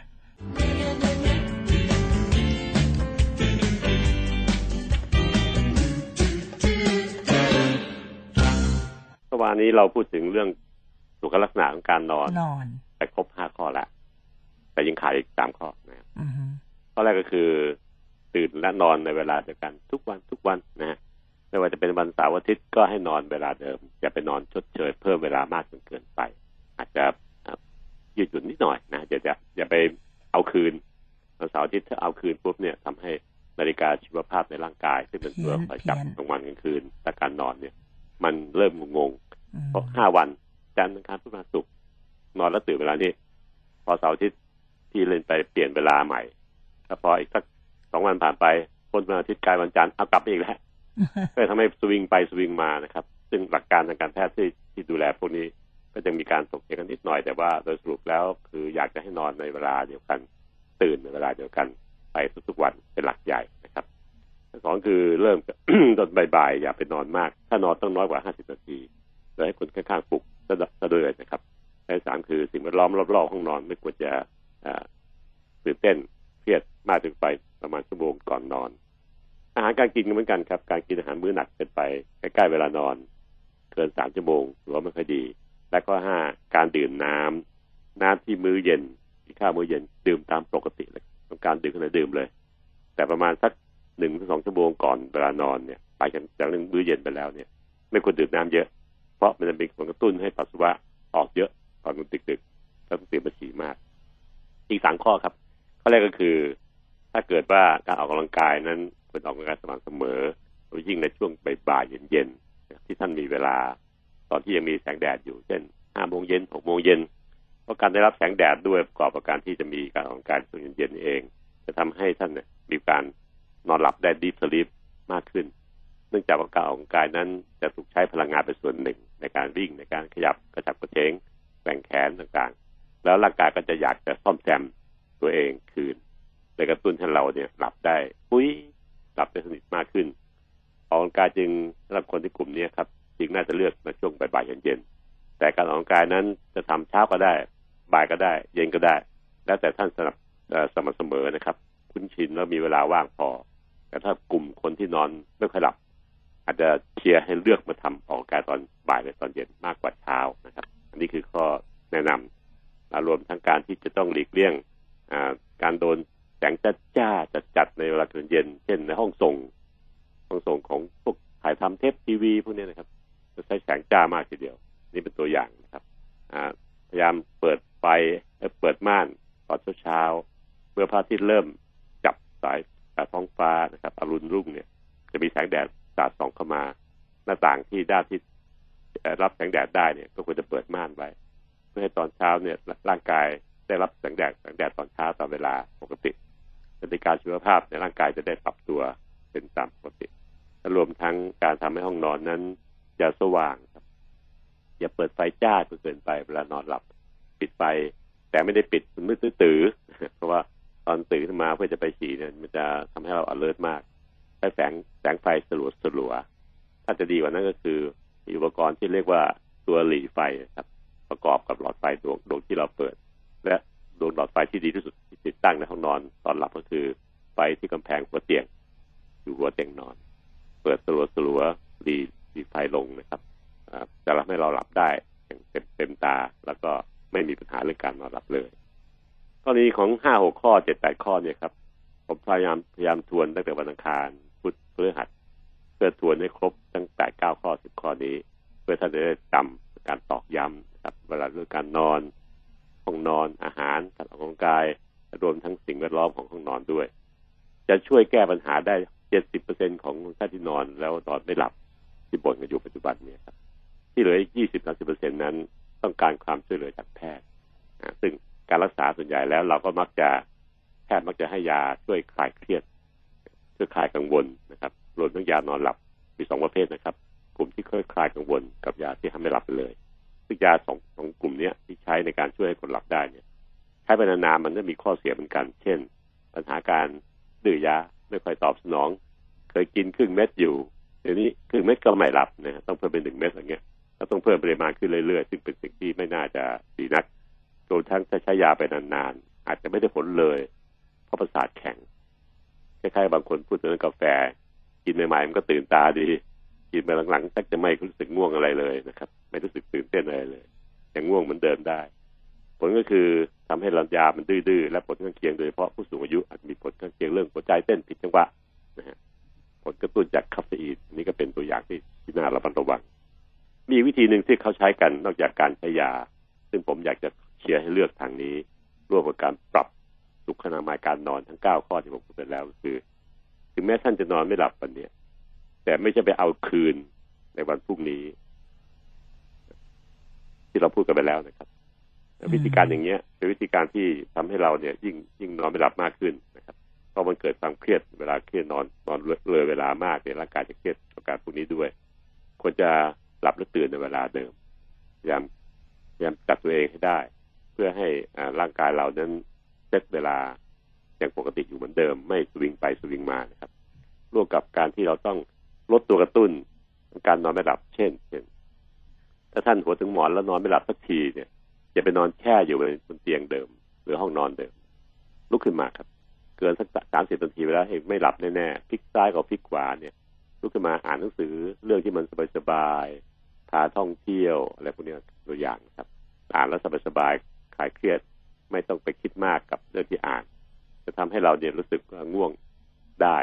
Speaker 2: วันนี้เราพูดถึงเรื่องสุขลักษณะของการนอนไปครบ5 ข้อแล้วแต่ยังขาดอีก3 ข้อนะครับข้อแรกก็คือตื่นและนอนในเวลาเดียวกันทุกวันนะฮะไม่ว่าจะเป็นวันเสาร์อาทิตย์ก็ให้นอนเวลาเดิมอย่าไปนอนชดเชยเพิ่มเวลามากจนเกินไปอาจจะยืดหยุ่นนิดหน่อยนะอย่าไปเอาคืนวันเสาร์อาทิตย์ถ้าเอาคืนปุ๊บเนี่ยทำให้นาฬิกาชีวภาพในร่างกายซึ่งเป็นตัวคอยจับกลางวันกลางคืนแต่การนอนเนี่ยมันเริ่มงงเพราะ5 วันจันทร์อังคารพุธพฤหัสศุกร์นอนแล้วตื่นเวลานี้พอเสาร์อาทิตย์ที่เล่นไปเปลี่ยนเวลาใหม่ถ้าพออีกสัก2 วันผ่านไปพ้นวันอาทิตย์กลายวันจันทร์เอากลับไปอีกแล้วก็ทำให้สวิงไปสวิงมานะครับซึ่งหลักการทางการแพทย์ที่ดูแลพวกนี้ก็จะมีการถกเถียงกันนิดหน่อยแต่ว่าโดยสรุปแล้วคืออยากจะให้นอนในเวลาเดียวกันตื่นในเวลาเดียวกันไปทุกๆวันเป็นหลักใหญ่นะครับ2คือเริ่มตอนบ่ายๆอย่าไปนอนมากถ้านอนต้องน้อยกว่า50 นาทีโดยให้คนข้างๆปลุกซะด้วยนะครับและ3คือสิ่งแวดล้อมรอบๆห้องนอนไม่ควรจะตื่นเต้นเครียดมากจนไปประมาณชั่วโมงก่อนนอนอาหารการกินก็เหมือนกันครับการกินอาหารมื้อหนักเกินไปใกล้ๆเวลานอนเกิน3 ชั่วโมงหรือว่าไม่ค่อยดีและก็5การดื่มน้ำที่มื้อเย็นที่ข้าวมื้อเย็นดื่มตามปกติเลยต้องการดื่มขนาดดื่มเลยแต่ประมาณสัก
Speaker 4: 1-2 ชั่วโมงก่อนเวลานอนเนี่ยไปจากเรื่องมื้อเย็นไปแล้วเนี่ยไม่ควรดื่มน้ำเยอะเพราะมันจะเป็นผลกระตุ้นให้ปัสสาวะออกเยอะตอนดึกๆแล้วต้องตื่นมาฉี่มากอีก3ข้อครับข้อแรกก็คือถ้าเกิดว่าการออกกำลังกายนั้นควรออกกำลังกายสม่ำเสมอโดยยิ่งในช่วงบ่ายๆเย็นๆที่ท่านมีเวลาตอนที่ยังมีแสงแดดอยู่เช่น 5 โมงเย็น 6 โมงเย็นเพราะการได้รับแสงแดดด้วยประกอบกับการที่จะมีการออกกำลังกายช่วงเย็นๆเองจะทำให้ท่านเนี่ยมีการนอนหลับได้ดีพสลีปมากขึ้นเนื่องจากว่าการออกกำลังกายนั้นจะถูกใช้พลังงานเป็นส่วนหนึ่งในการวิ่งในการขยับกระฉับกระเฉงแกว่งแขนต่างๆแล้วร่างกายก็จะอยากจะซ่อมแซมตัวเองคืนเลยกระตุ้นให้เราเนี่ยหลับได้หลับได้สนิทมากขึ้นออกกำลังกายจึงสำหรับคนที่กลุ่มนี้ครับจึงน่าจะเลือกในช่วงบ่ายๆเย็นๆแต่การออกกำลังกายนั้นจะทำเช้าก็ได้บ่ายก็ได้เย็นก็ได้แล้วแต่ท่านสม่ำเสมอนะครับคุ้นชินแล้วมีเวลาว่างพอแต่ถ้ากลุ่มคนที่นอนไม่ค่อยหลับอาจจะเชียร์ให้เลือกมาทำออกกำลังกายตอนบ่ายหรือตอนเย็นมากกว่าเช้านะครับอันนี้คือข้อแนะนำรวมทั้งการที่จะต้องหลีกเลี่ยงการโดนแสงจ้าจัดในเวลากลางเย็นเช่นในห้องส่งของพวกถ่ายทำเทปทีวีพวกนี้นะครับจะใช้แสงจ้ามากทีเดียวนี่เป็นตัวอย่างนะครับพยายามเปิดไฟเปิดม่านตอนเช้าเมื่อพระอาทิตย์เริ่มจับสายท้องฟ้านะครับอรุณรุ่งเนี่ยจะมีแสงแดดสาดส่องเข้ามาหน้าต่างที่ด้านที่รับแสงแดดได้เนี่ยก็ควรจะเปิดม่านไว้เพื่อให้ตอนเช้าเนี่ยร่างกายได้รับแสงแดดตอนเช้าตามเวลาปกติในการชีวภาพในร่างกายจะได้ปรับตัวเป็นตามปกติรวมทั้งการทำให้ห้องนอนนั้นอย่าสว่างครับอย่าเปิดไฟจ้าจนเกินไปเวลานอนหลับปิดไฟแต่ไม่ได้ปิดมืดตื้อเพราะว่าตอนตื่นขึ้นมาเพื่อจะไปฉี่เนี่ยมันจะทำให้เรา alert มากใช้แสงไฟสลัวถ้าจะดีกว่านั้นก็คือมีอุปกรณ์ที่เรียกว่าตัวหลีไฟครับประกอบกับหลอดไฟดวงที่เราเปิดและดวงหลอดไฟที่ดีที่สุดที่ติดตั้งในห้องนอนตอนหลับก็คือไฟที่กำแพงหัวเตียงอยู่หัวเตียงนอนเปิดสลัวหลีไฟลงนะครับจะทำให้เราหลับได้อย่างเต็มตาแล้วก็ไม่มีปัญหาเรื่องการนอนหลับเลยกรณีของ 5-6 ข้อ 7-8 ข้อเนี่ยครับผมพยายามทวนตั้งแต่วันอังคารพุธพฤหัสเพื่อทวนให้ครบตั้งแต่9 ข้อ 10 ข้อนี้เพื่อท่านจะได้จำการตอกย้ำนะครับเวลาเรื่องการนอนห้องนอนอาหารการออกกำลังกายรวมทั้งสิ่งแวดล้อมของห้องนอนด้วยจะช่วยแก้ปัญหาได้ 70% ของท่านที่นอนแล้วนอนไม่หลับที่บ่นกันอยู่ปัจจุบันนี้ครับที่เหลืออีก 20-30% นั้นต้องการความช่วยเหลือจากแพทย์ซึ่งการรักษาส่วนใหญ่แล้วเราก็แพทย์มักจะให้ยาช่วยคลายเครียดช่วยคลายกังวลนะครับรวมทั้งยานอนหลับมี2ประเภทนะครับกลุ่มที่คลายกังวลกับยาที่ทำให้หลับไปเลยซึ่งยาสองกลุ่มนี้ที่ใช้ในการช่วยให้คนหลับได้เนี่ยใช้ไปนานๆมันจะมีข้อเสียเหมือนกันเช่นปัญหาการดื้อยาไม่ค่อยตอบสนองเคยกินครึ่งเม็ดอยู่เดี๋ยวนี้ครึ่งเม็ดก็ไม่หลับนะต้องเพิ่มเป็น1 เม็ดอย่างเงี้ยก็ต้องเพิ่มปริมาณขึ้นเรื่อยๆซึ่งเป็นสิ่งที่ไม่น่าจะดีนักรวมทั้งถ้าใช้ยาไปนานๆอาจจะไม่ได้ผลเลยเพราะประสาทแข็งคล้ายๆบางคนพูดถึงกาแฟกินใหม่ๆมันก็ตื่นตาดีกินไปหลังๆชักจะไม่รู้สึกง่วงอะไรเลยนะครับไม่รู้สึกตื่นเต้นอะไรเลยยังง่วงเหมือนเดิมได้ผลก็คือทำให้หลอดยามันดื้อๆและผลข้างเคียงโดยเฉพาะผู้สูงอายุอาจมีผลข้างเคียงเรื่องหัวใจเต้นผิดจังหวะนะฮะผลกระตุ้นจากคาเฟอีนนี่ก็เป็นตัวอย่างที่น่าระมัดระวังมีวิธีหนึ่งที่เขาใช้กันนอกจากการใช้ยาซึ่งผมอยากจะเชียร์ให้เลือกทางนี้ร่วมกับการปรับสุขอนามัยการนอนทั้ง9 ข้อที่ผมพูดไปแล้วก็คือถึงแม้ท่านจะนอนไม่หลับวันนี้แต่ไม่จะไปเอาคืนในวันพรุ่งนี้ที่เราพูดกันไปแล้วนะครับวิธีการอย่างเงี้ยเป็นวิธีการที่ทำให้เราเนี่ยยิ่งนอนไม่หลับมากขึ้นนะครับเพราะมันเกิดความเครียดเวลาเครียดนอนเลยเวลามากเนี่ยร่างกายจะเครียดกับการพวกนี้ด้วยควรจะหลับและตื่นในเวลาเดิมพยายามจัดตัวเองให้ได้เพื่อให้ร่างกายเรานั้นเซตเวลาอย่างปกติอยู่เหมือนเดิมไม่สวิงไปสวิงมานะครับร่วมกับการที่เราต้องลดตัวกระตุ้นการนอนไม่หลับเช่นถ้าท่านหัวถึงหมอนแล้วนอนไม่หลับสักทีเนี่ยอย่าไปนอนแช่อยู่บนเตียงเดิมหรือห้องนอนเดิมลุกขึ้นมาครับเกินสัก30 นาทีไปแล้วเห็นไม่หลับแน่ๆพลิกซ้ายกับพลิกขวาเนี่ยลุกขึ้นมาอ่านหนังสือเรื่องที่มันสบายๆพาท่องเที่ยวอะไรพวกนี้ตัวอย่างครับอ่านแล้วสบายๆคลายเครียดไม่ต้องไปคิดมากกับเรื่องที่อ่านจะทำให้เราเนี่ยรู้สึกง่วงได้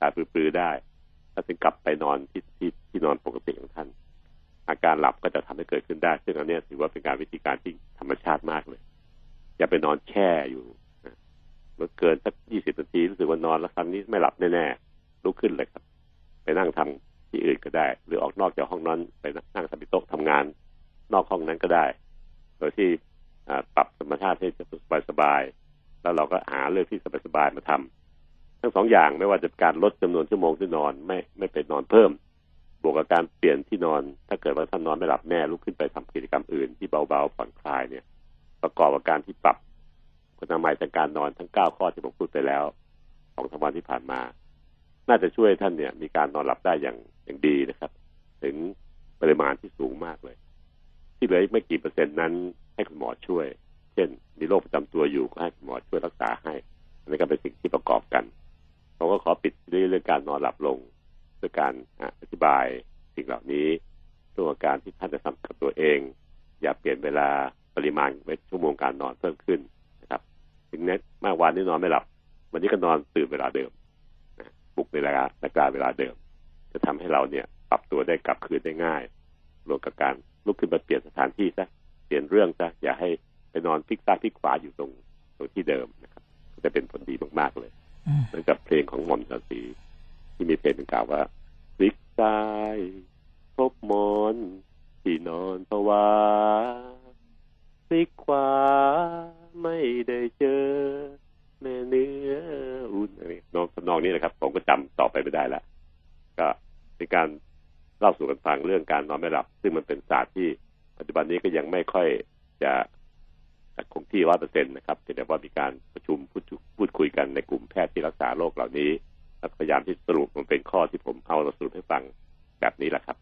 Speaker 4: ตาปลือๆได้ถ้าถึงกลับไปนอนที่นอนปกติของท่านอาการหลับก็จะทำให้เกิดขึ้นได้ซึ่งอันนี้ถือว่าเป็นการวิธีการที่ธรรมชาติมากเลยอย่าไปนอนแช่อยู่เกินสัก20 นาทีรู้สึกว่านอนแล้วครั้งนี้ไม่หลับแน่ๆลุกขึ้นเลยครับไปนั่งทำที่อื่นก็ได้หรือออกนอกจากห้องนอนไปนั่งทำโต๊ะทำงานนอกห้องนั้นก็ได้โดยที่ปรับธรรมชาติให้สบายๆแล้วเราก็หาเรื่องที่สบายๆมาทำทั้งสองอย่างไม่ว่าจะการลดจำนวนชั่วโมงที่นอนไม่ไปนอนเพิ่มบวกกับการเปลี่ยนที่นอนถ้าเกิดว่าท่านนอนไม่หลับแน่ลุกขึ้นไปทำกิจกรรมอื่นที่เบาๆผ่อนคลายเนี่ยประกอบกับการที่ปรับคุณภาพทางการนอนทั้ง9ข้อที่ผมพูดไปแล้ว2-3 วันที่ผ่านมาน่าจะช่วยท่านเนี่ยมีการนอนหลับได้อย่างดีนะครับถึงปริมาณที่สูงมากเลยที่เหลือไม่กี่เปอร์เซ็นต์นั้นให้คุณหมอช่วยเช่นมีโรคประจำตัวอยู่ก็ให้คุณหมอช่วยรักษาให้อันนี้ก็เป็นสิ่งที่ประกอบกันผมก็ขอปิดเรื่องการนอนหลับลงด้วยการอธิบายสิ่งเหล่านี้ตัวการที่ท่านจะทำกับตัวเองอย่าเปลี่ยนเวลาปริมาณชั่วโมงการนอนเพิ่มขึ้นนะครับถึงแม้เมื่อวานนี้นอนไม่หลับวันนี้ก็นอนตื่นเวลาเดิมปลุกเวลาเวลาเดิมจะทำให้เราเนี่ยปรับตัวได้กลับคืนได้ง่ายรวมกับการลุกขึ้นมาเปลี่ยนสถานที่ซะเปลี่ยนเรื่องซะอย่าให้ไปนอนพลิกซ้ายพลิกขวาอยู่ตรงที่เดิมนะครับจะเป็นผลดีมากๆเลยเหมือนกับเพลงของหม่อมราตรีที่มีเพลงกล่าวว่าพลิกซ้ายพบหมอนที่นอนภาวะพลิกขวาไม่ได้เจอแม่เนื้ออุ่นนองนี้นะครับผมก็จำต่อไปไม่ได้แล้วก็เป็นการเล่าสู่กันฟังเรื่องการนอนไม่หลับซึ่งมันเป็นศาสตร์ที่ปัจจุบันนี้ก็ยังไม่ค่อยจะคงที่ 100% นะครับแต่ว่ามีการประชุมพูดคุยกันในกลุ่มแพทย์ที่รักษาโรคเหล่านี้พยายามที่สรุปมันเป็นข้อที่ผมเอาสรุปให้ฟังแบบนี้แหละครับ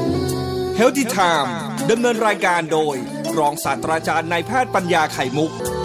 Speaker 1: Healthy Time ดำเนินรายการโดยรองศาสตราจารย์นายแพทย์ปัญญาไข่มุก